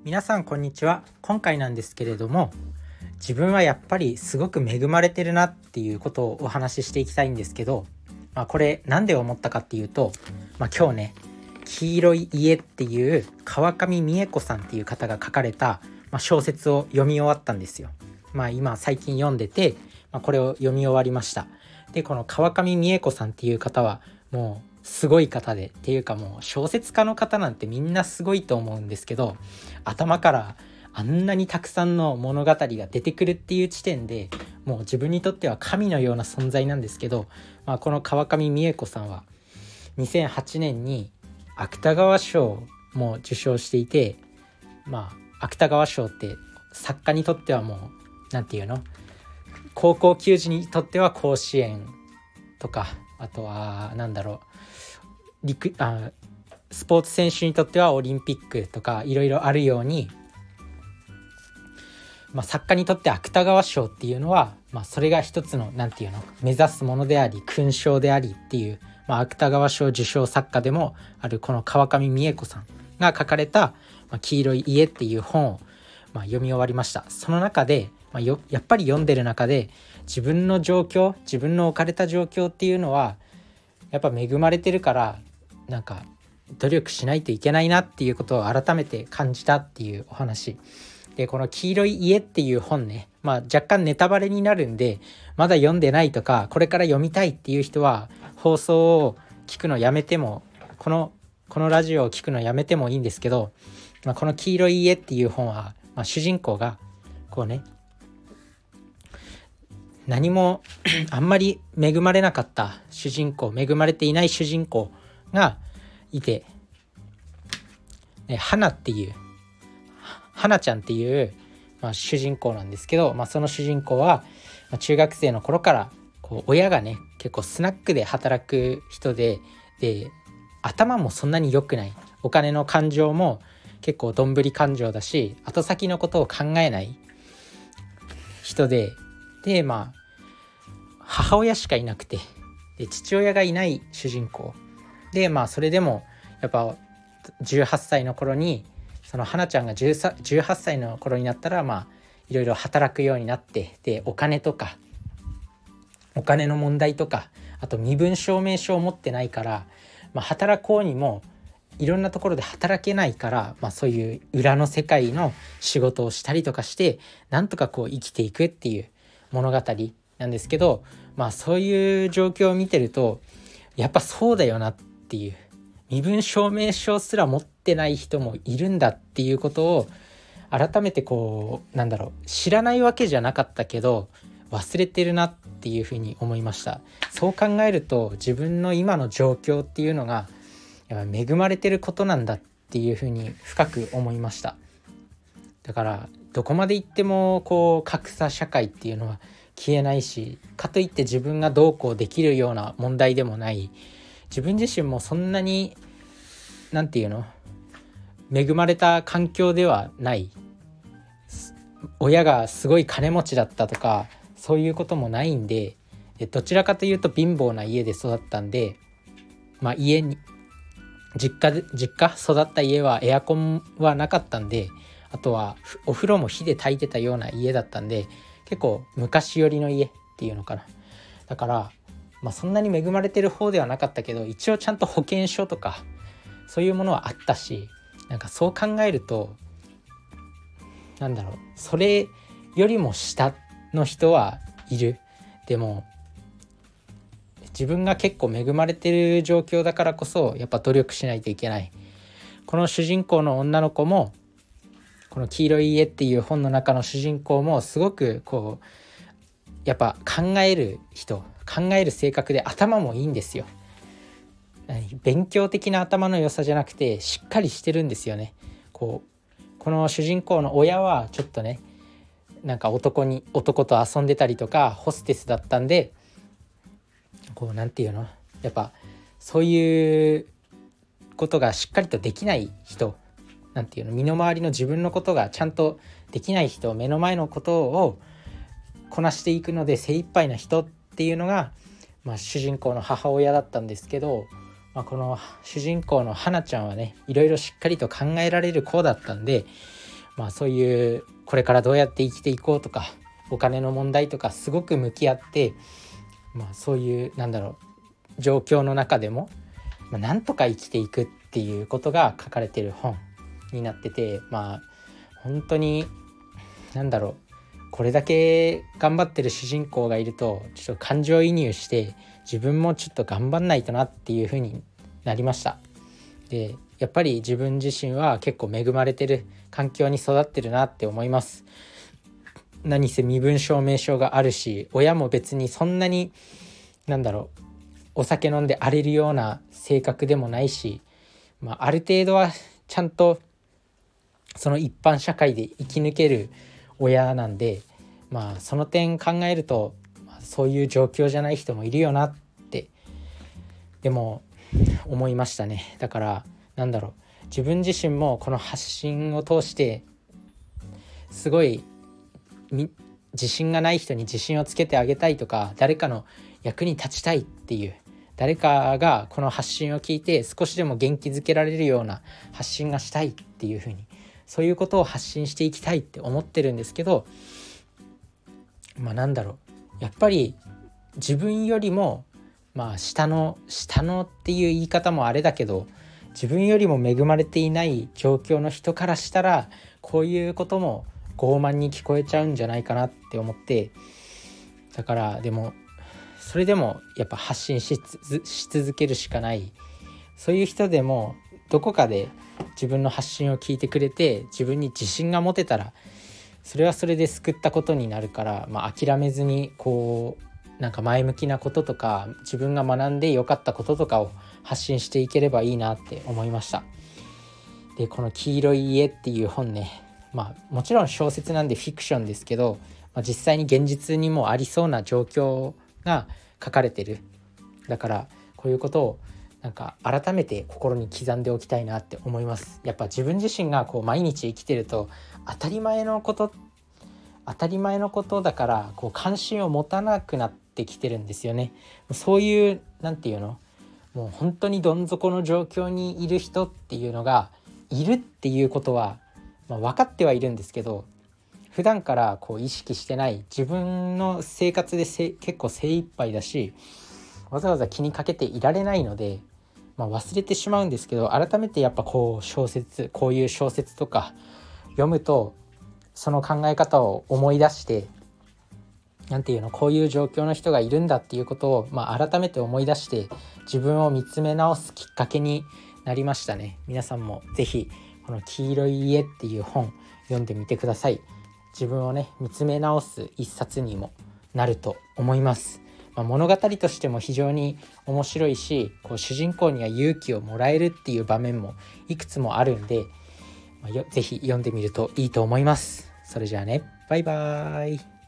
皆さんこんにちは。今回なんですけれども、自分はやっぱりすごく恵まれてるなっていうことをお話ししていきたいんですけど、これなんで思ったかっていうと、今日ね、黄色い家っていう川上美恵子さんっていう方が書かれた、小説を読み終わったんですよ。今最近読んでて、これを読み終わりました。で、この川上美恵子さんっていう方はもうすごい方で、っていうかもう小説家の方なんてみんなすごいと思うんですけど、頭からあんなにたくさんの物語が出てくるっていう時点でもう自分にとっては神のような存在なんですけど、この川上美恵子さんは2008年に芥川賞も受賞していて、芥川賞って作家にとってはもうなんていうの、高校球児にとっては甲子園とか、あとはスポーツ選手にとってはオリンピックとかいろいろあるように、作家にとって芥川賞っていうのは、それが一つのなんていうの、目指すものであり勲章でありっていう、芥川賞受賞作家でもあるこの川上美恵子さんが書かれた、黄色い家っていう本を、読み終わりました。その中で、やっぱり読んでる中で自分の状況、自分の置かれた状況っていうのはやっぱ恵まれてるから、なんか努力しないといけないなっていうことを改めて感じたっていうお話で、この黄色い家っていう本ね、若干ネタバレになるんで、まだ読んでないとかこれから読みたいっていう人は放送を聞くのやめても、このラジオを聞くのやめてもいいんですけど、この黄色い家っていう本は、主人公がこうね、何もあんまり恵まれなかった主人公、恵まれていない主人公がいて、花ちゃんっていう、主人公なんですけど、その主人公は、中学生の頃から親がね結構スナックで働く人で、頭もそんなに良くない、お金の感情も結構どんぶり感情だし、後先のことを考えない人で、母親しかいなくて、父親がいない主人公で、それでもやっぱ18歳の頃に、その花ちゃんが18歳の頃になったらいろいろ働くようになって、でお金の問題とか、あと身分証明書を持ってないから、働こうにもいろんなところで働けないから、そういう裏の世界の仕事をしたりとかして、なんとか生きていくっていう物語なんですけど、そういう状況を見てるとやっぱそうだよなっていう、身分証明書すら持ってない人もいるんだっていうことを改めて知らないわけじゃなかったけど忘れてるなっていうふうに思いました。そう考えると自分の今の状況っていうのがやっぱ恵まれてることなんだっていうふうに深く思いました。だからどこまで行っても格差社会っていうのは消えないし、かといって自分がどうこうできるような問題でもない、自分自身もそんなに恵まれた環境ではない、親がすごい金持ちだったとかそういうこともないんで、どちらかというと貧乏な家で育ったんで、実家育った家はエアコンはなかったんで、あとはお風呂も火で炊いてたような家だったんで、結構昔寄りの家っていうのかな。だからそんなに恵まれてる方ではなかったけど、一応ちゃんと保険証とかそういうものはあったし、そう考えるとそれよりも下の人はいる。でも自分が結構恵まれてる状況だからこそやっぱ努力しないといけない。この主人公の女の子も、この黄色い家っていう本の中の主人公もすごくやっぱ考える性格で、頭もいいんですよ。勉強的な頭の良さじゃなくてしっかりしてるんですよね。この主人公の親はちょっとね、男と遊んでたりとかホステスだったんで、やっぱそういうことがしっかりとできない人、身の回りの自分のことがちゃんとできない人、目の前のことをこなしていくので精一杯な人っていうのが、主人公の母親だったんですけど、この主人公の花ちゃんはね、いろいろしっかりと考えられる子だったんで、 そういうこれからどうやって生きていこうとかお金の問題とかすごく向き合って、そういう状況の中でも、なんとか生きていくっていうことが書かれてる本になってて、本当にこれだけ頑張ってる主人公がいるとちょっと感情移入して自分もちょっと頑張んないとなっていう風になりました。でやっぱり自分自身は結構恵まれてる環境に育ってるなって思います。何せ身分証明書があるし、親も別にそんなにお酒飲んで荒れるような性格でもないし、ある程度はちゃんとその一般社会で生き抜ける親なんで、その点考えると、そういう状況じゃない人もいるよなってでも思いましたね。だから自分自身もこの発信を通してすごい自信がない人に自信をつけてあげたいとか、誰かの役に立ちたいっていう、誰かがこの発信を聞いて少しでも元気づけられるような発信がしたいっていう風に、そういうことを発信していきたいって思ってるんですけど、やっぱり自分よりも下のっていう言い方もあれだけど、自分よりも恵まれていない状況の人からしたらこういうことも傲慢に聞こえちゃうんじゃないかなって思って、だからそれでもやっぱ発信し続けるしかない。そういう人でもどこかで自分の発信を聞いてくれて自分に自信が持てたら、それはそれで救ったことになるから、諦めずに前向きなこととか自分が学んでよかったこととかを発信していければいいなって思いました。でこの黄色い家っていう本ね、もちろん小説なんでフィクションですけど、実際に現実にもありそうな状況が書かれてる。だからこういうことを改めて心に刻んでおきたいなって思います。やっぱ自分自身が毎日生きてると当たり前のことだから関心を持たなくなってきてるんですよね。そういうもう本当にどん底の状況にいる人っていうのがいるっていうことは、分かってはいるんですけど、普段から意識してない、自分の生活で結構精一杯だし、わざわざ気にかけていられないので、忘れてしまうんですけど、改めてやっぱこういう小説とか読むとその考え方を思い出して、こういう状況の人がいるんだっていうことを、改めて思い出して自分を見つめ直すきっかけになりましたね。皆さんもぜひこの黄色い家っていう本読んでみてください。自分を見つめ直す一冊にもなると思います。物語としても非常に面白いし、主人公には勇気をもらえるっていう場面もいくつもあるんで、ぜひ読んでみるといいと思います。それじゃあね、バイバーイ。